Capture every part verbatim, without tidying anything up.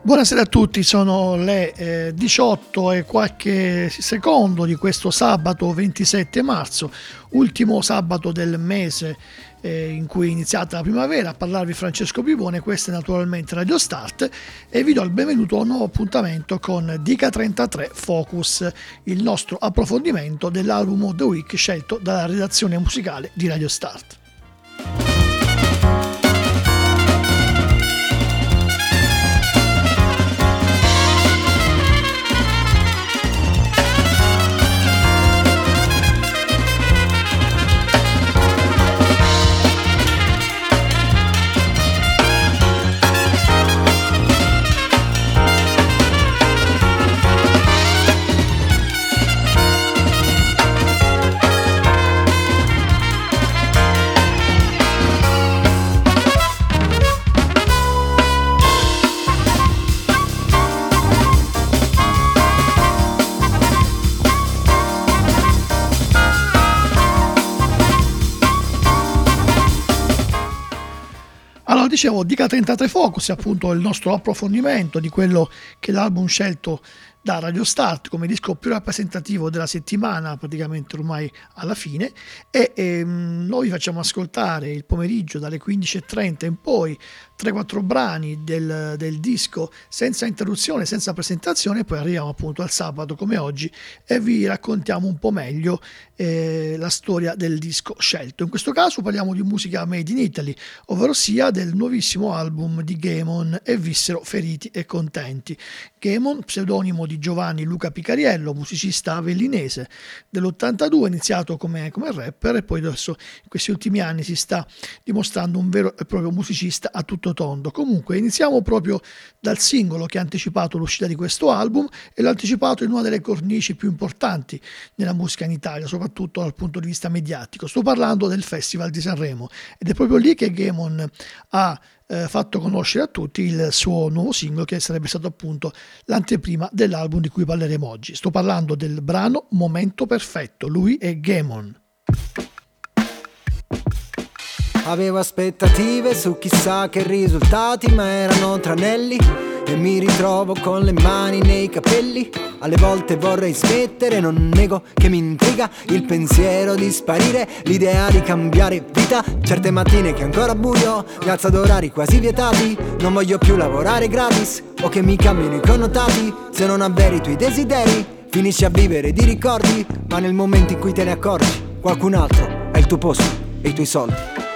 Buonasera a tutti, sono le eh, diciotto e qualche secondo di questo sabato ventisette marzo, ultimo sabato del mese eh, in cui è iniziata la primavera. A parlarvi Francesco Pipone, questa è naturalmente Radio Start e vi do il benvenuto a un nuovo appuntamento con Dica trentatré Focus, il nostro approfondimento dell'album of the week scelto dalla redazione musicale di Radio Start. Allora, dicevo, Dica trentatré Focus è appunto il nostro approfondimento di quello che è l'album scelto da Radio Start come disco più rappresentativo della settimana, praticamente ormai alla fine, e ehm, noi vi facciamo ascoltare il pomeriggio dalle quindici e trenta in poi tre quattro brani del, del disco senza interruzione, senza presentazione, e poi arriviamo appunto al sabato come oggi e vi raccontiamo un po' meglio eh, la storia del disco scelto. In questo caso parliamo di musica made in Italy, ovvero sia del nuovissimo album di Gaemon e Vissero feriti e contenti. Gaemon, pseudonimo di Giovanni Luca Picariello, musicista avellinese dell'ottantadue, iniziato come, come rapper e poi adesso in questi ultimi anni si sta dimostrando un vero e proprio musicista a tutto tondo. Comunque iniziamo proprio dal singolo che ha anticipato l'uscita di questo album e l'ha anticipato in una delle cornici più importanti nella musica in Italia, soprattutto dal punto di vista mediatico. Sto parlando del Festival di Sanremo ed è proprio lì che Gaemon ha Eh, fatto conoscere a tutti il suo nuovo singolo, che sarebbe stato appunto l'anteprima dell'album di cui parleremo oggi. Sto parlando del brano Momento Perfetto. Lui è Gaemon. Avevo aspettative su chissà che risultati, ma erano tranelli e mi ritrovo con le mani nei capelli. Alle volte vorrei smettere, non nego che mi intriga il pensiero di sparire, l'idea di cambiare vita. Certe mattine che è ancora buio, mi alzo ad orari quasi vietati. Non voglio più lavorare gratis o che mi cambino i connotati. Se non avveri i tuoi desideri, finisci a vivere di ricordi, ma nel momento in cui te ne accorgi, qualcun altro ha il tuo posto e i tuoi soldi.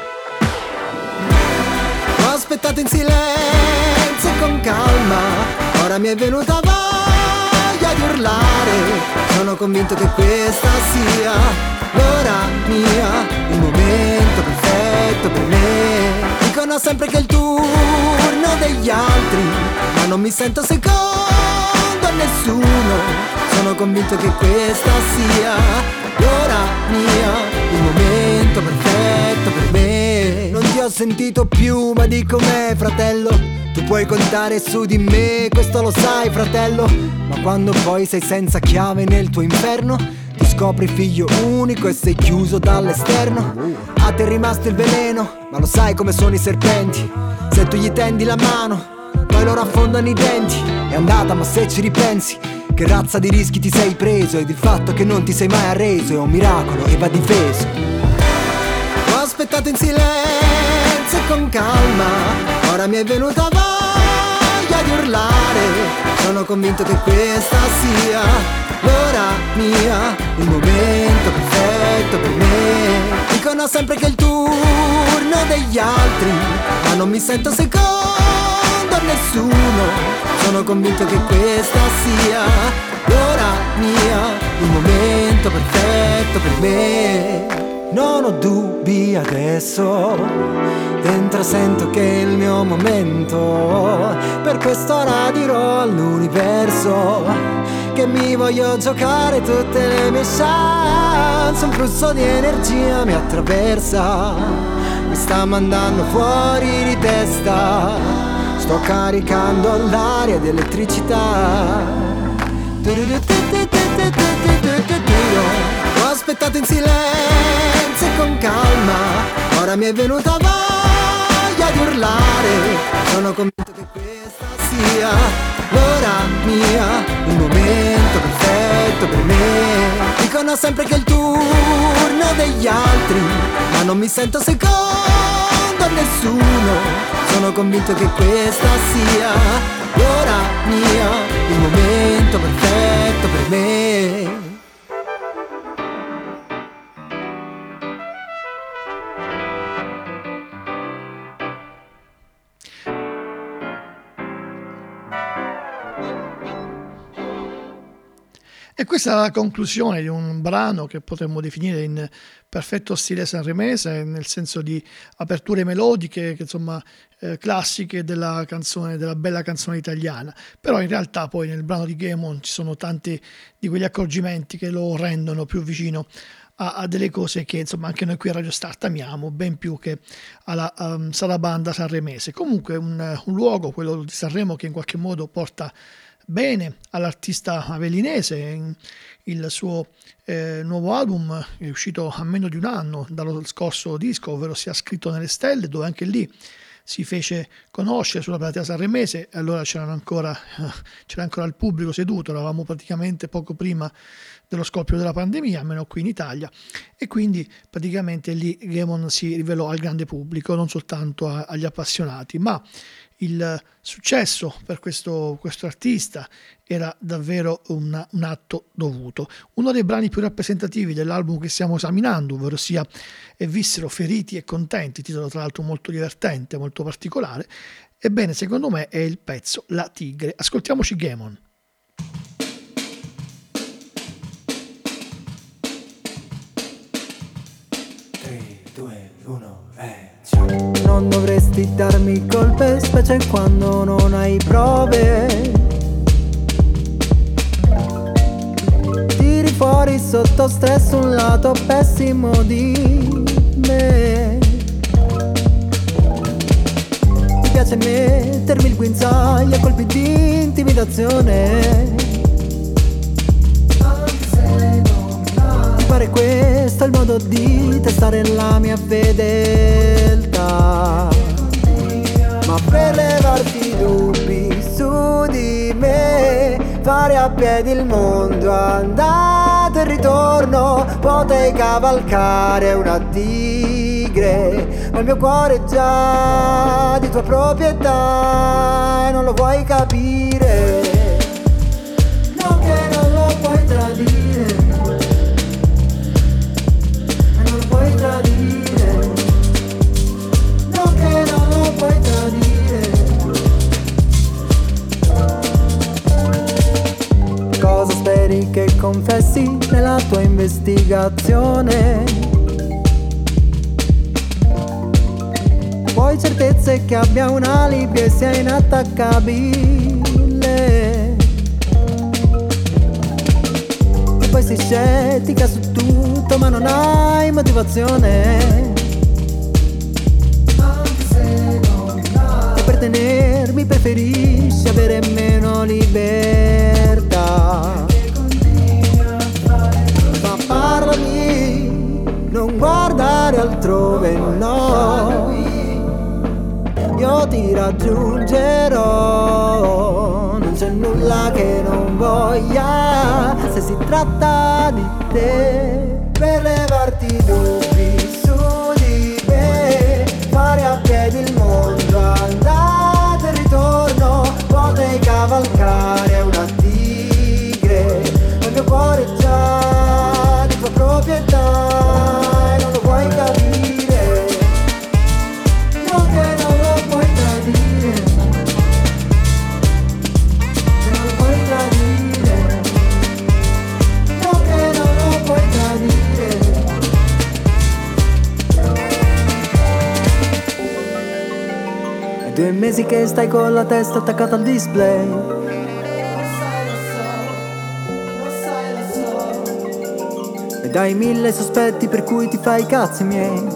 Ho aspettato in silenzio e con calma, ora mi è venuta voglia di urlare. Sono convinto che questa sia l'ora mia, il momento perfetto per me. Dicono sempre che è il turno degli altri, ma non mi sento secondo a nessuno. Sono convinto che questa sia l'ora mia, il momento perfetto per me. Non ti ho sentito più, ma dico me, fratello, tu puoi contare su di me, questo lo sai, fratello. Ma quando poi sei senza chiave nel tuo inferno, ti scopri figlio unico e sei chiuso dall'esterno. A te è rimasto il veleno, ma lo sai come sono i serpenti. Se tu gli tendi la mano, poi loro affondano i denti. È andata, ma se ci ripensi, che razza di rischi ti sei preso, ed il fatto che non ti sei mai arreso è un miracolo e va difeso. Ho aspettato in silenzio e con calma, ora mi è venuta voglia di urlare. Sono convinto che questa sia l'ora mia, il momento perfetto per me. Dicono sempre che è il turno degli altri, ma non mi sento secondo a nessuno. Sono convinto che questa sia l'ora mia, il momento perfetto per me. Non ho dubbi adesso, dentro sento che è il mio momento. Per questo ora dirò all'universo che mi voglio giocare tutte le mie chance. Un flusso di energia mi attraversa, mi sta mandando fuori di testa. Sto caricando l'aria di elettricità. Ho aspettato in silenzio e con calma, ora mi è venuta voglia di urlare. Sono convinto che questa sia l'ora mia, il momento perfetto per me. Dicono sempre che è il turno degli altri, ma non mi sento secondo a nessuno. Sono convinto che questa sia l'ora mia, il momento perfetto per me. E questa è la conclusione di un brano che potremmo definire in perfetto stile sanremese, nel senso di aperture melodiche, che, insomma, eh, classiche della canzone, della bella canzone italiana. Però in realtà poi nel brano di Gaemon ci sono tanti di quegli accorgimenti che lo rendono più vicino a, a delle cose che, insomma, anche noi qui a Radio Start amiamo, ben più che alla um, sarabanda sanremese. Comunque un, un luogo, quello di Sanremo, che in qualche modo porta bene all'artista avellinese. Il suo eh, nuovo album è uscito a meno di un anno dallo scorso disco, ovvero sia Scritto nelle stelle, dove anche lì si fece conoscere sulla platea sanremese. Allora c'erano ancora, c'era ancora il pubblico seduto, eravamo praticamente poco prima dello scoppio della pandemia, almeno qui in Italia, e quindi praticamente lì Gaemon si rivelò al grande pubblico, non soltanto a, agli appassionati, ma il successo per questo, questo artista era davvero un, un atto dovuto. Uno dei brani più rappresentativi dell'album che stiamo esaminando, ovvero sia E vissero feriti e contenti, titolo tra l'altro molto divertente, molto particolare, ebbene secondo me è il pezzo La Tigre. Ascoltiamoci Gaemon. tre, due, uno, e non dovresti darmi colpe, specie quando non hai prove. Tiri fuori sotto stress un lato pessimo di me. Mi piace mettermi il guinzaglio a colpi di intimidazione. Ti pare questo il modo di testare la mia fedeltà? Ma per levarti dubbi su di me, fare a piedi il mondo andata e ritorno, potrei cavalcare una tigre, ma il mio cuore è già di tua proprietà e non lo vuoi capire. No, che non lo puoi tradire, e non lo puoi tradire. No, che non lo puoi tradire. Cosa speri che confessi nella tua investigazione? Vuoi certezze che abbia un alibi e sia inattaccabile? E poi sei scettica su tutto ma non hai motivazione. Anche se non hai. E per tenermi preferisci avere meno libertà. Ma parlami, non guardare altrove, no. Io ti raggiungerò, non c'è nulla che non voglia, se si tratta di te. Per levarti dubbi su di me, fare a piedi il mondo andata e ritorno, potrei cavalcare una tigre, ma il mio cuore è già di tua proprietà e non lo vuoi capire. No, che non lo puoi tradire, non lo puoi tradire. No, che non lo puoi tradire. È due mesi che stai con la testa attaccata al display. Lo sai, lo sai, lo sai, lo so. E dai mille sospetti per cui ti fai i cazzi miei.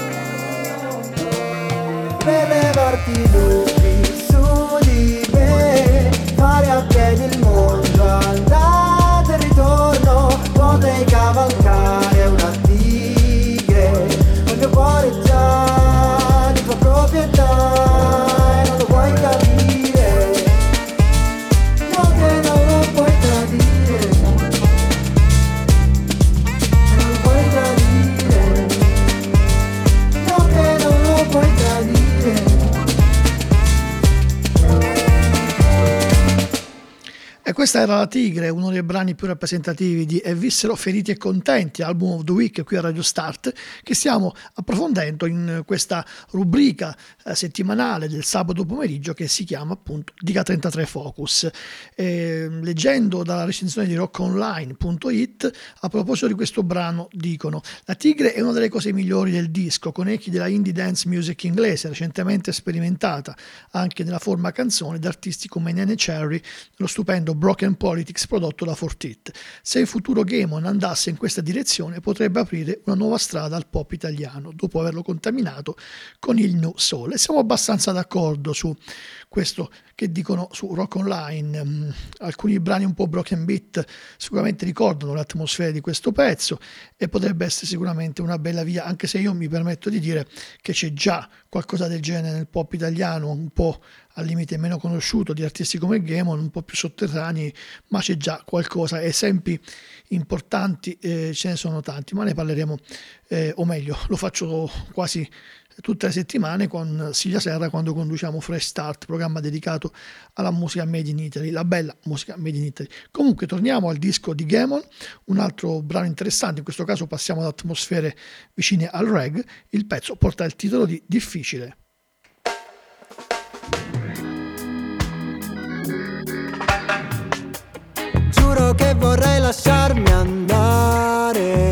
Per levarti dubbi su di me, fare a piedi il mondo andata e ritorno, potrei cavalcare una tigre, ma il mio cuore è già di tua proprietà e non lo vuoi capire. Questa era La Tigre, uno dei brani più rappresentativi di E vissero feriti e contenti, album of the week qui a Radio Start, che stiamo approfondendo in questa rubrica eh, settimanale del sabato pomeriggio che si chiama appunto Diga trentatré Focus. Eh, leggendo dalla recensione di rock online punto it, a proposito di questo brano dicono: La Tigre è una delle cose migliori del disco, con echi della indie dance music inglese recentemente sperimentata anche nella forma canzone da artisti come Nene Cherry, lo stupendo Broken Politics prodotto da Fortit. Se in futuro Gaemon andasse in questa direzione potrebbe aprire una nuova strada al pop italiano dopo averlo contaminato con il new soul. E siamo abbastanza d'accordo su questo che dicono su Rock Online. Um, alcuni brani un po' broken beat sicuramente ricordano l'atmosfera di questo pezzo e potrebbe essere sicuramente una bella via, anche se io mi permetto di dire che c'è già qualcosa del genere nel pop italiano, un po' al limite meno conosciuto, di artisti come Gaemon, un po' più sotterranei, ma c'è già qualcosa. Esempi importanti eh, ce ne sono tanti, ma ne parleremo, eh, o meglio, lo faccio quasi tutte le settimane con Silvia Serra quando conduciamo Fresh Start, programma dedicato alla musica made in Italy, la bella musica made in Italy. Comunque torniamo al disco di Gaemon, un altro brano interessante, in questo caso passiamo ad atmosfere vicine al reggae. Il pezzo porta il titolo di Difficile. Giuro che vorrei lasciarmi andare,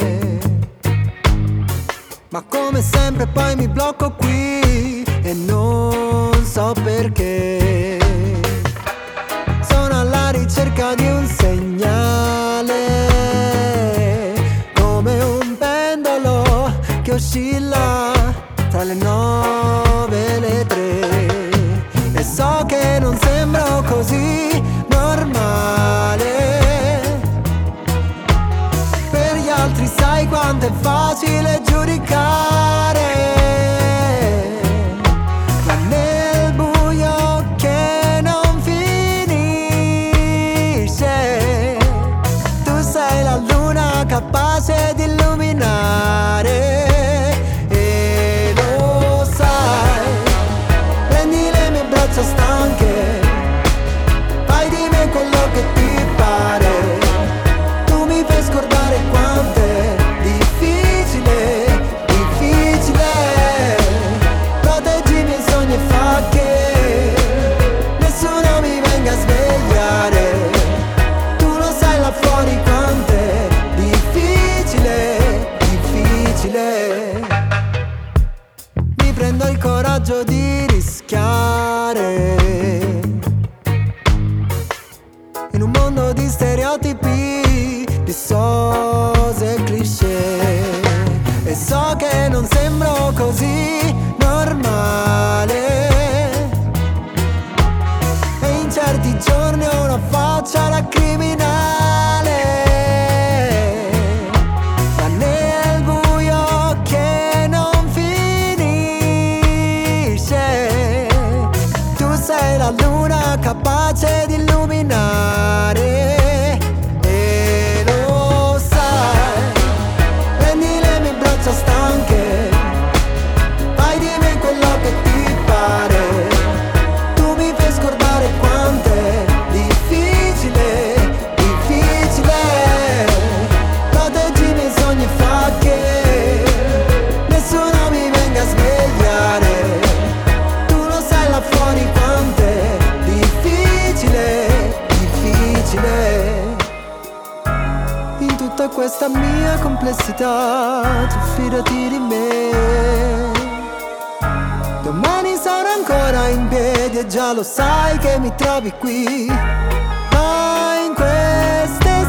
ma come sempre poi mi blocco qui e non so perché. Sono alla ricerca di un segnale, come un pendolo che oscilla tra le nove e le tre. E so che non sembro così normale, per gli altri sai quanto è facile giudicare, ma nel buio che non finisce tu sei la luna capace di illuminare. E lo sai, prendi le mie braccia stanche, fai di me quello che ti pare, tu mi fai scordare quanto è difficile, difficile. Proteggi i miei sogni e fa che nessuno mi venga a svegliare, tu lo sai là fuori quanto è difficile, difficile. Mi prendo il coraggio di rischiare in un mondo di stereotipi, di sose e cliché, e so che non sembro così normale, e in certi giorni ho una faccia da criminale, ma nel buio che non finisce tu sei la luna capace di illuminare. E lo sai, prendi le mie braccia stanche, fai di me quello che ti pare, tu mi fai scordare quanto è difficile, difficile. Proteggi i miei sogni e fa che nessuno mi venga a svegliare, tu lo sai là fuori quanto è difficile, difficile. In tutta questa mia complessità tu fidati di me, domani sarò ancora in piedi e già lo sai che mi trovi qui, ma in queste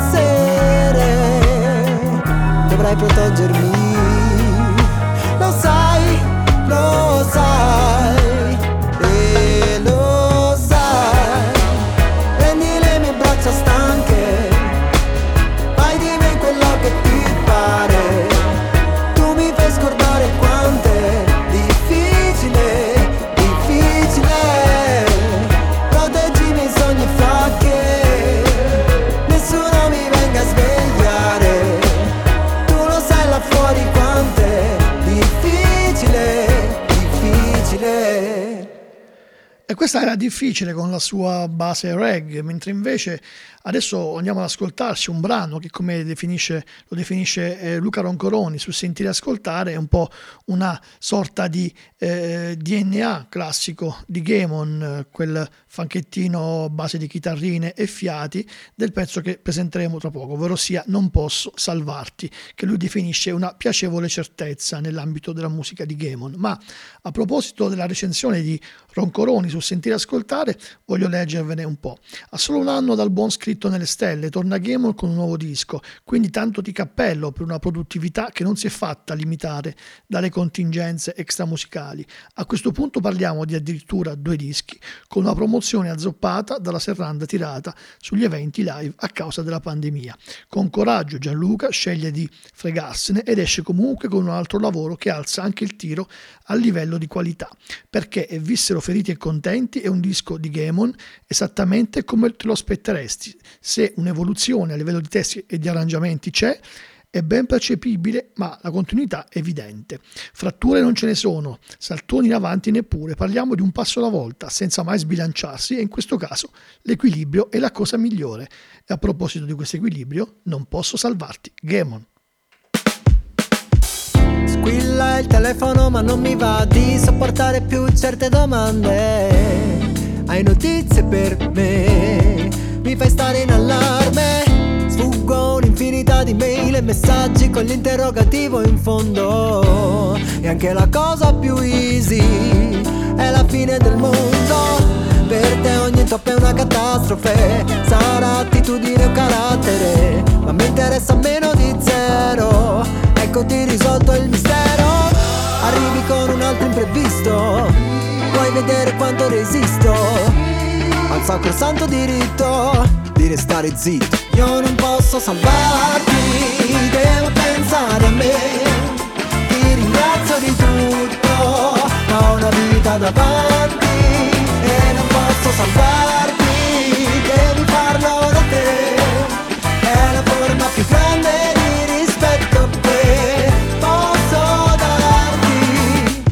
sere dovrai proteggermi, lo sai, lo sai, e lo sai. Prendi le mie braccia stanche, fai di me quello che ti pare, tu mi fai scordare quanto è difficile, difficile. Proteggi i miei sogni e fa che nessuno mi venga a svegliare, tu lo sai là fuori E questa era difficile con la sua base reggae, mentre invece adesso andiamo ad ascoltarci un brano che, come definisce, lo definisce eh, Luca Roncoroni su Sentire e Ascoltare, è un po' una sorta di eh, D N A classico di Gaemon, quel fanchettino a base di chitarrine e fiati del pezzo che presenteremo tra poco, ovvero sia Non posso salvarti, che lui definisce una piacevole certezza nell'ambito della musica di Gaemon. Ma a proposito della recensione di Roncoroni su Sentire e Ascoltare, voglio leggervene un po'. A solo un anno dal buon Scritto nelle stelle torna Gaemon con un nuovo disco, quindi tanto di cappello per una produttività che non si è fatta limitare dalle contingenze extramusicali. A questo punto parliamo di addirittura due dischi, con una promozione azzoppata dalla serranda tirata sugli eventi live a causa della pandemia. Con coraggio Gianluca sceglie di fregarsene ed esce comunque con un altro lavoro che alza anche il tiro al livello di qualità, perché E vissero feriti e contenti è un disco di Gaemon esattamente come te lo aspetteresti. Se un'evoluzione a livello di testi e di arrangiamenti c'è, è ben percepibile, ma la continuità è evidente. Fratture non ce ne sono, saltoni in avanti neppure, parliamo di un passo alla volta, senza mai sbilanciarsi, e in questo caso l'equilibrio è la cosa migliore. E a proposito di questo equilibrio, Non posso salvarti, Gaemon. Squilla il telefono ma non mi va di sopportare più certe domande. Hai notizie per me? Mi fai stare in allarme. Sfuggo un'infinità di mail e messaggi con l'interrogativo in fondo. E anche la cosa più easy è la fine del mondo. Per te ogni top è una catastrofe. Sarà attitudine o carattere, ma mi interessa meno di zero. Eccoti risolto il mistero. Arrivi con un altro imprevisto, vuoi vedere quanto resisto al sacrosanto diritto di restare zitto. Io non posso salvarti, devo pensare a me. Ti ringrazio di tutto, ho una vita davanti e non posso salvarti, devi farlo da te. È la forma più grande di rispetto che posso darti.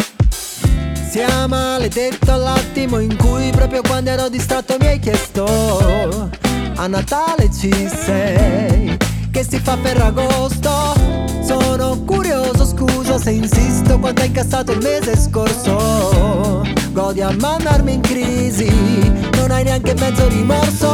Sia maledetto l'attimo in cui, proprio quando ero distratto, mi hai chiesto: a Natale ci sei? Che si fa Ferragosto? Sono curioso, scusa se insisto, quanto hai incassato il mese scorso. Godi a mandarmi in crisi, non hai neanche mezzo rimorso.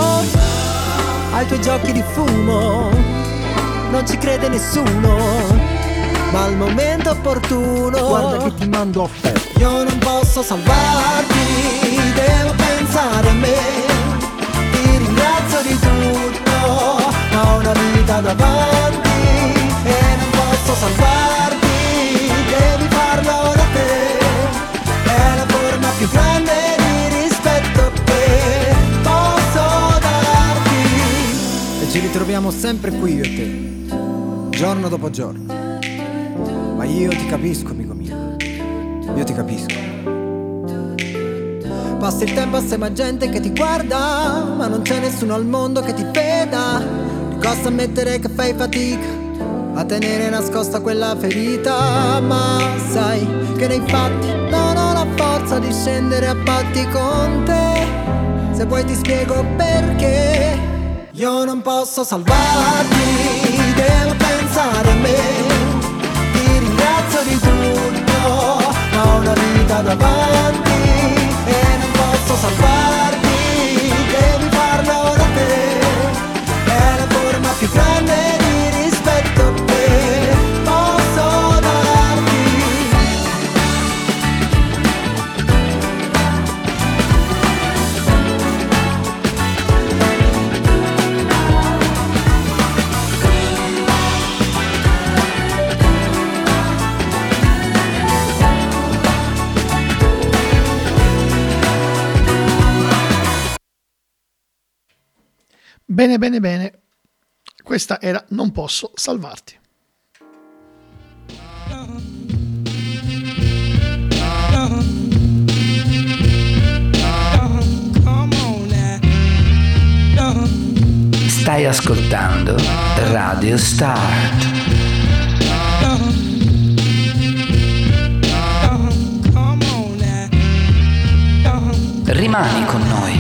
Ai tuoi giochi di fumo non ci crede nessuno, ma al momento opportuno guarda che ti mando offerte. Io non posso salvarti, devo pensare a me. Ti ringrazio di tutto, ho una vita davanti e non posso salvarti, devi farlo da te. È la forma più grande di rispetto che posso darti. E ci ritroviamo sempre qui io e te, giorno dopo giorno. Ma io ti capisco, amico mio, io ti capisco. Passi il tempo assieme a gente che ti guarda, ma non c'è nessuno al mondo che ti veda. Ti costa ammettere che fai fatica a tenere nascosta quella ferita, ma sai che nei fatti non ho la forza di scendere a patti con te. Se vuoi ti spiego perché. Io non posso salvarti, devo pensare a me. Ti ringrazio di tutto, ho una vita davanti e non posso salvarti, devi farlo da te. È la forma più grande di rispetto che posso darti. Bene, bene, bene. Questa era Non posso salvarti. Stai ascoltando Radio Start. Come on now. rimani con noi.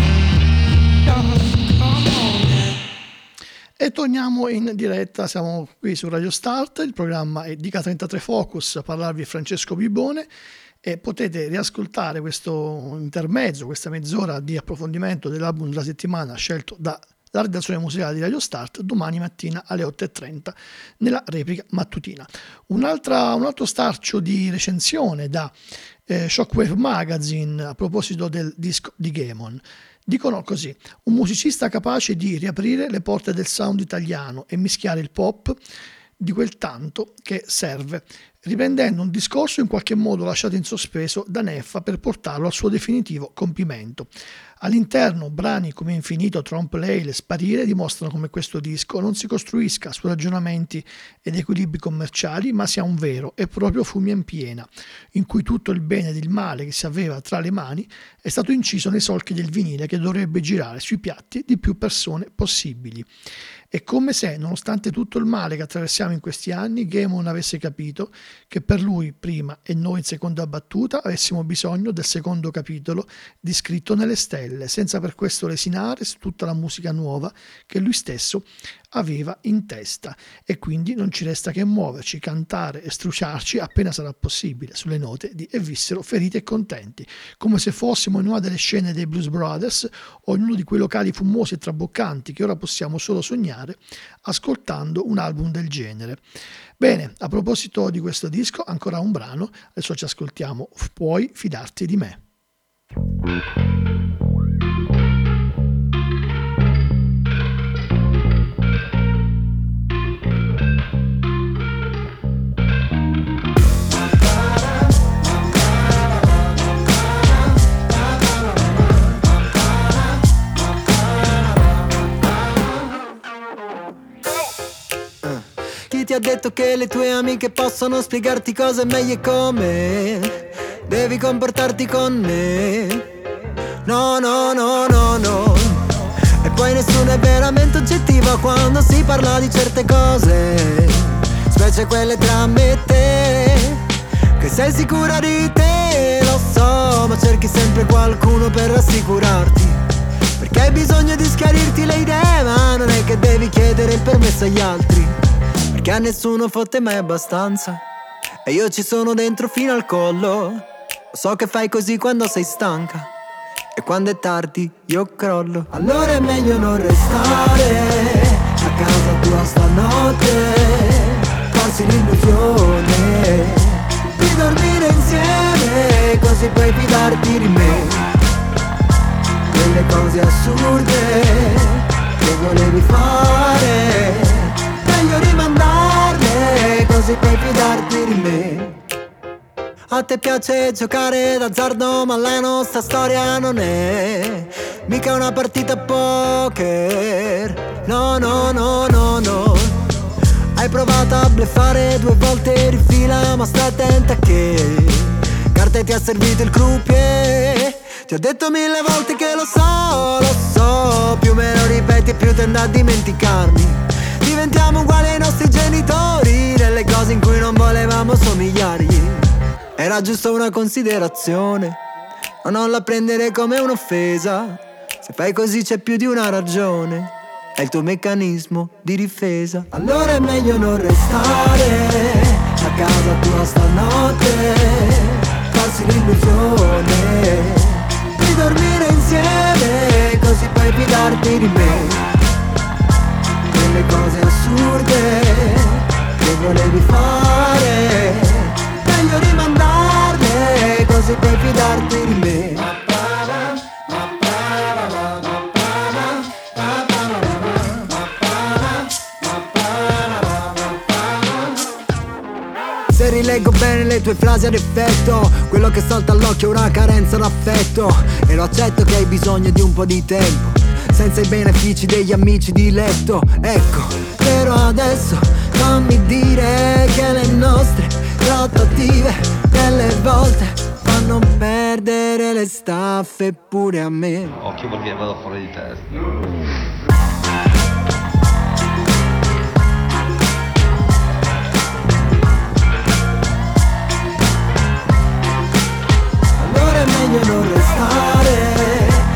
E torniamo in diretta, siamo qui su Radio Start, il programma è Dica trentatré Focus, a parlarvi è Francesco Bibone e potete riascoltare questo intermezzo, questa mezz'ora di approfondimento dell'album della settimana scelto da la redazione musicale di Radio Start domani mattina alle otto e trenta nella replica mattutina. Un'altra, un altro starcio di recensione da eh, Shockwave Magazine a proposito del disco di Gaemon. Dicono così: un musicista capace di riaprire le porte del sound italiano e mischiare il pop di quel tanto che serve, riprendendo un discorso in qualche modo lasciato in sospeso da Neffa per portarlo al suo definitivo compimento. All'interno, brani come Infinito, Trompe l'Œil e Sparire dimostrano come questo disco non si costruisca su ragionamenti ed equilibri commerciali, ma sia un vero e proprio fumo in piena, in cui tutto il bene ed il male che si aveva tra le mani è stato inciso nei solchi del vinile che dovrebbe girare sui piatti di più persone possibili. È come se, nonostante tutto il male che attraversiamo in questi anni, Gaemon avesse capito che per lui prima e noi in seconda battuta avessimo bisogno del secondo capitolo di Scritto nelle stelle, senza per questo lesinare su tutta la musica nuova che lui stesso aveva in testa. E quindi non ci resta che muoverci, cantare e struciarci appena sarà possibile sulle note di E vissero feriti e contenti, come se fossimo in una delle scene dei Blues Brothers o in uno di quei locali fumosi e traboccanti che ora possiamo solo sognare ascoltando un album del genere. Bene, a proposito di questo disco, ancora un brano, adesso ci ascoltiamo Puoi fidarti di me. Ti ha detto che le tue amiche possono spiegarti cosa è meglio e come devi comportarti con me. No, no, no, no, no. E poi nessuno è veramente oggettivo quando si parla di certe cose, specie quelle tra me e te. Che sei sicura di te, lo so, ma cerchi sempre qualcuno per rassicurarti, perché hai bisogno di schiarirti le idee, ma non è che devi chiedere il permesso agli altri, che a nessuno fotte mai abbastanza. E io ci sono dentro fino al collo. Lo so che fai così quando sei stanca, e quando è tardi io crollo. Allora è meglio non restare a casa tua stanotte, farsi l'illusione di dormire insieme, così puoi fidarti di me. Quelle cose assurde che volevi fare meglio rimandarle, così puoi fidarti di me. A te piace giocare d'azzardo, ma la nostra storia non è mica una partita a poker. No, no, no, no, no. Hai provato a bluffare due volte di fila, ma stai attenta che carte ti ha servito il croupier. Ti ho detto mille volte che lo so, lo so, più me lo ripeti e più tendo a dimenticarmi. Diventiamo uguali ai nostri genitori nelle cose in cui non volevamo somigliargli. Era giusto una considerazione, ma non la prendere come un'offesa. Se fai così c'è più di una ragione, è il tuo meccanismo di difesa. Allora è meglio non restare a casa tua stanotte, farsi l'illusione di dormire insieme, così puoi fidarti di me. Le cose assurde che volevi fare meglio rimandarle, così puoi fidarti di me. Se rileggo bene le tue frasi ad effetto, quello che salta all'occhio è una carenza d'affetto, e lo accetto che hai bisogno di un po' di tempo senza i benefici degli amici di letto. Ecco, però adesso fammi dire che le nostre trattative delle volte fanno perdere le staffe pure a me. Occhio perché vado fuori di testa. Allora è meglio non restare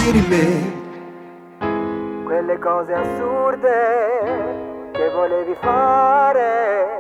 per me. Quelle cose assurde che volevi fare.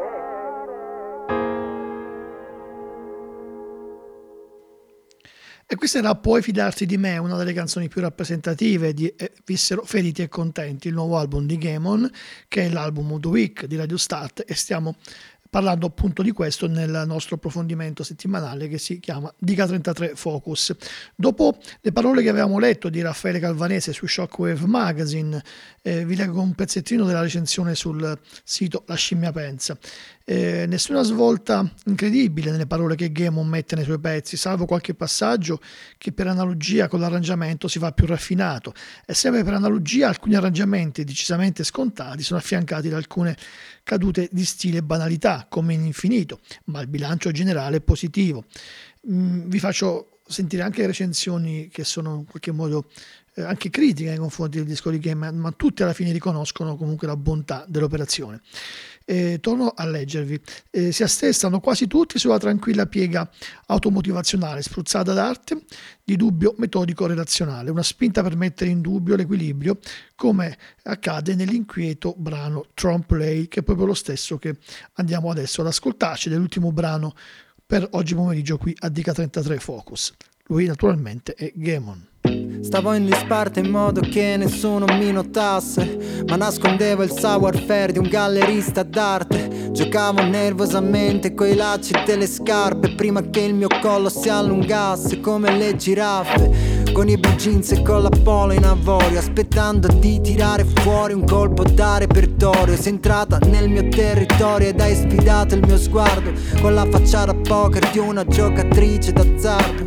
E questa era Puoi fidarti di me, una delle canzoni più rappresentative di eh, Vissero feriti e contenti, il nuovo album di Gamon, che è l'album The Week di Radio Start, e stiamo parlando appunto di questo nel nostro approfondimento settimanale che si chiama Dica trentatré Focus. Dopo le parole che avevamo letto di Raffaele Calvanese su Shockwave Magazine, eh, vi leggo un pezzettino della recensione sul sito La Scimmia Pensa. Eh, nessuna svolta incredibile nelle parole che Gamon mette nei suoi pezzi, salvo qualche passaggio che per analogia con l'arrangiamento si fa più raffinato, e sempre per analogia alcuni arrangiamenti decisamente scontati sono affiancati da alcune cadute di stile e banalità come in infinito, ma il bilancio generale è positivo. Mm, vi faccio sentire anche recensioni che sono in qualche modo eh, anche critiche nei confronti del disco di Gamon, ma tutti alla fine riconoscono comunque la bontà dell'operazione. Eh, torno a leggervi. Eh, si assestano quasi tutti sulla tranquilla piega automotivazionale spruzzata d'arte di dubbio metodico relazionale, una spinta per mettere in dubbio l'equilibrio, come accade nell'inquieto brano Trump Play, che è proprio lo stesso che andiamo adesso ad ascoltarci, dell'ultimo brano per oggi pomeriggio qui a Dica trentatré Focus. Lui naturalmente è Gamon. Stavo in disparte in modo che nessuno mi notasse, ma nascondevo il savoir-faire di un gallerista d'arte. Giocavo nervosamente coi lacci delle scarpe prima che il mio collo si allungasse come le giraffe, con i blue jeans e con la polo in avorio, aspettando di tirare fuori un colpo da repertorio. Sei entrata nel mio territorio ed hai sfidato il mio sguardo con la faccia da poker di una giocatrice d'azzardo.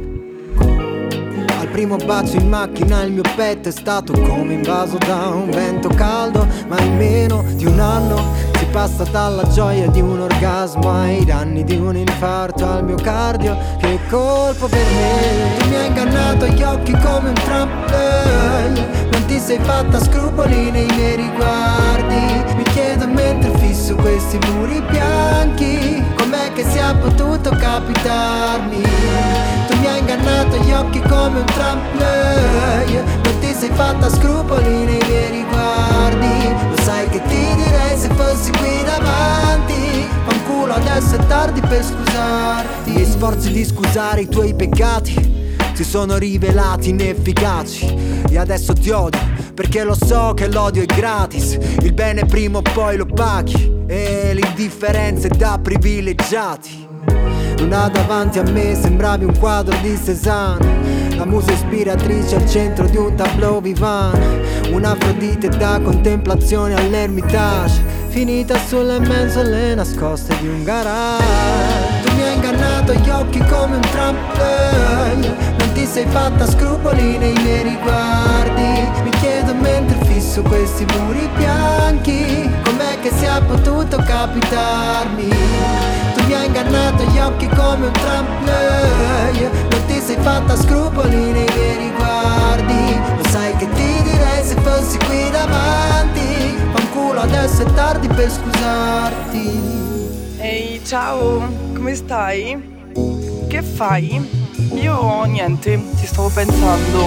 Al primo bacio in macchina il mio petto è stato come invaso da un vento caldo, ma in meno di un anno si passa dalla gioia di un orgasmo ai danni di un infarto al miocardio. Che colpo per me, tu mi hai ingannato gli occhi come un trampolino, non ti sei fatta scrupoli nei miei riguardi. Mi chiedo mentre fisso questi muri bianchi, com'è che sia potuto capitarmi. Tu mi hai ingannato gli occhi come un trampolino, non ti sei fatta scrupoli nei miei riguardi. Lo sai che ti direi se fossi qui davanti, fanculo adesso è tardi per scusarti. Gli sforzi di scusare i tuoi peccati si sono rivelati inefficaci e adesso ti odio perché lo so che l'odio è gratis. Il bene prima o poi lo paghi e l'indifferenza è da privilegiati. Luna davanti a me sembravi un quadro di Cézanne, la musa ispiratrice al centro di un tableau vivant, un'Afrodite da contemplazione all'Ermitage, finita sulle mensole nascoste di un garage. Tu mi hai ingannato gli occhi come un trampolino, non ti sei fatta scrupoli nei miei riguardi. Mi chiedo mentre fisso questi muri bianchi, com'è che sia potuto capitarmi. Tu mi hai ingannato gli occhi come un trampolino, non ti sei fatta scrupoli nei miei riguardi. Lo sai che ti direi se fossi qui davanti, fanculo adesso è tardi per scusarti. Ehi, ciao, come stai? Che fai? Io niente, ti stavo pensando.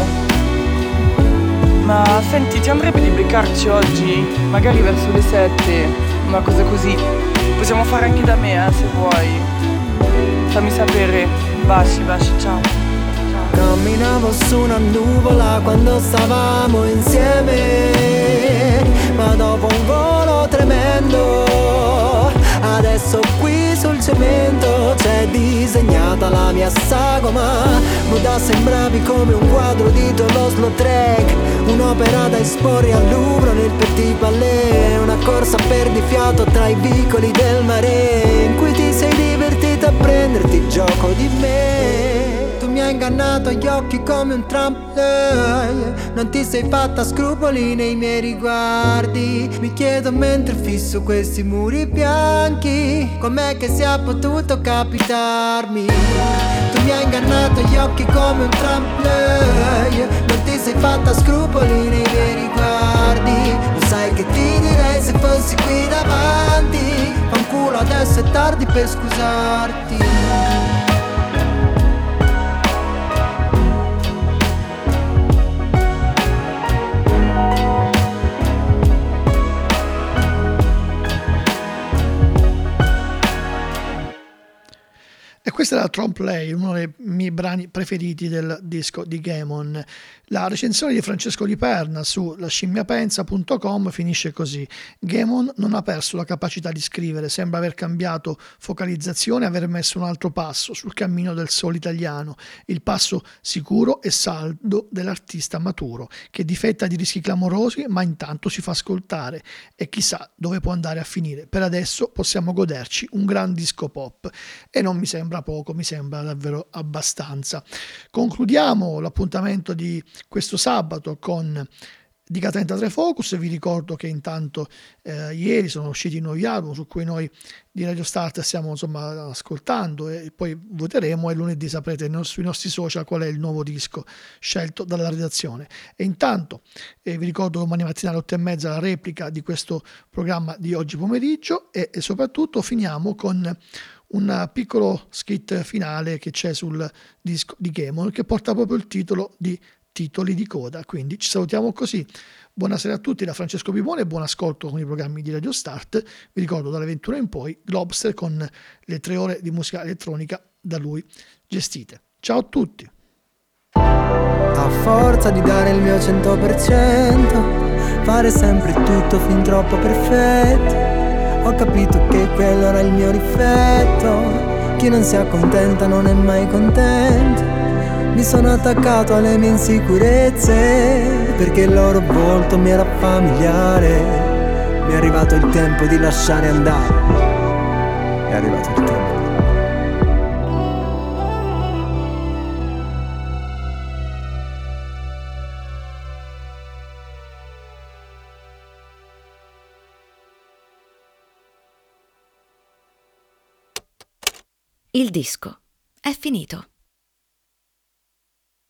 Ma senti, ti andrebbe di beccarci oggi? Magari verso le sette, una cosa così. Possiamo fare anche da me, eh, se vuoi. Fammi sapere. Baci, baci, ciao. Camminavo su una nuvola quando stavamo insieme, ma dopo un volo tremendo, adesso qui sul cemento c'è disegnata la mia sagoma. Nuda sembravi come un quadro di Toulouse-Lautrec, un'opera da esporre al Louvre nel Petit Palais, una corsa per di fiato tra i vicoli del mare, in cui ti sei divertita a prenderti gioco di me. Tu mi hai ingannato gli occhi come un trampolino, non ti sei fatta scrupoli nei miei riguardi. Mi chiedo mentre fisso questi muri bianchi, com'è che sia potuto capitarmi. Tu mi hai ingannato gli occhi come un trampolino, non ti sei fatta scrupoli nei miei riguardi. Lo sai che ti direi se fossi qui davanti, fanculo adesso è tardi per scusarti. Questo era Trompe l'œil, uno dei miei brani preferiti del disco di Gaemon. La recensione di Francesco Di Perna su la scimmiapensa punto com finisce così: Gaemon non ha perso la capacità di scrivere, sembra aver cambiato focalizzazione e aver messo un altro passo sul cammino del solo italiano, il passo sicuro e saldo dell'artista maturo, che difetta di rischi clamorosi ma intanto si fa ascoltare e chissà dove può andare a finire. Per adesso possiamo goderci un gran disco pop e non mi sembra poco, mi sembra davvero abbastanza. Concludiamo l'appuntamento di questo sabato con Diga trentatré Focus. Vi ricordo che intanto eh, ieri sono usciti i nuovi album su cui noi di Radio Start stiamo insomma ascoltando e poi voteremo, e lunedì saprete no, sui nostri social qual è il nuovo disco scelto dalla redazione. E intanto eh, vi ricordo domani mattina alle otto e mezza la replica di questo programma di oggi pomeriggio e, e soprattutto finiamo con un piccolo skit finale che c'è sul disco di Gaemon che porta proprio il titolo di Titoli di coda. Quindi ci salutiamo così. Buonasera a tutti da Francesco Pipone e buon ascolto con i programmi di Radio Start. Vi ricordo dalle ventuno in poi Globster con le tre ore di musica elettronica da lui gestite. Ciao a tutti. A forza di dare il mio cento per cento, fare sempre tutto fin troppo perfetto, ho capito che quello era il mio difetto. Chi non si accontenta non è mai contento. Mi sono attaccato alle mie insicurezze perché il loro volto mi era familiare. Mi è arrivato il tempo di lasciare andare. È arrivato il tempo. Il disco è finito.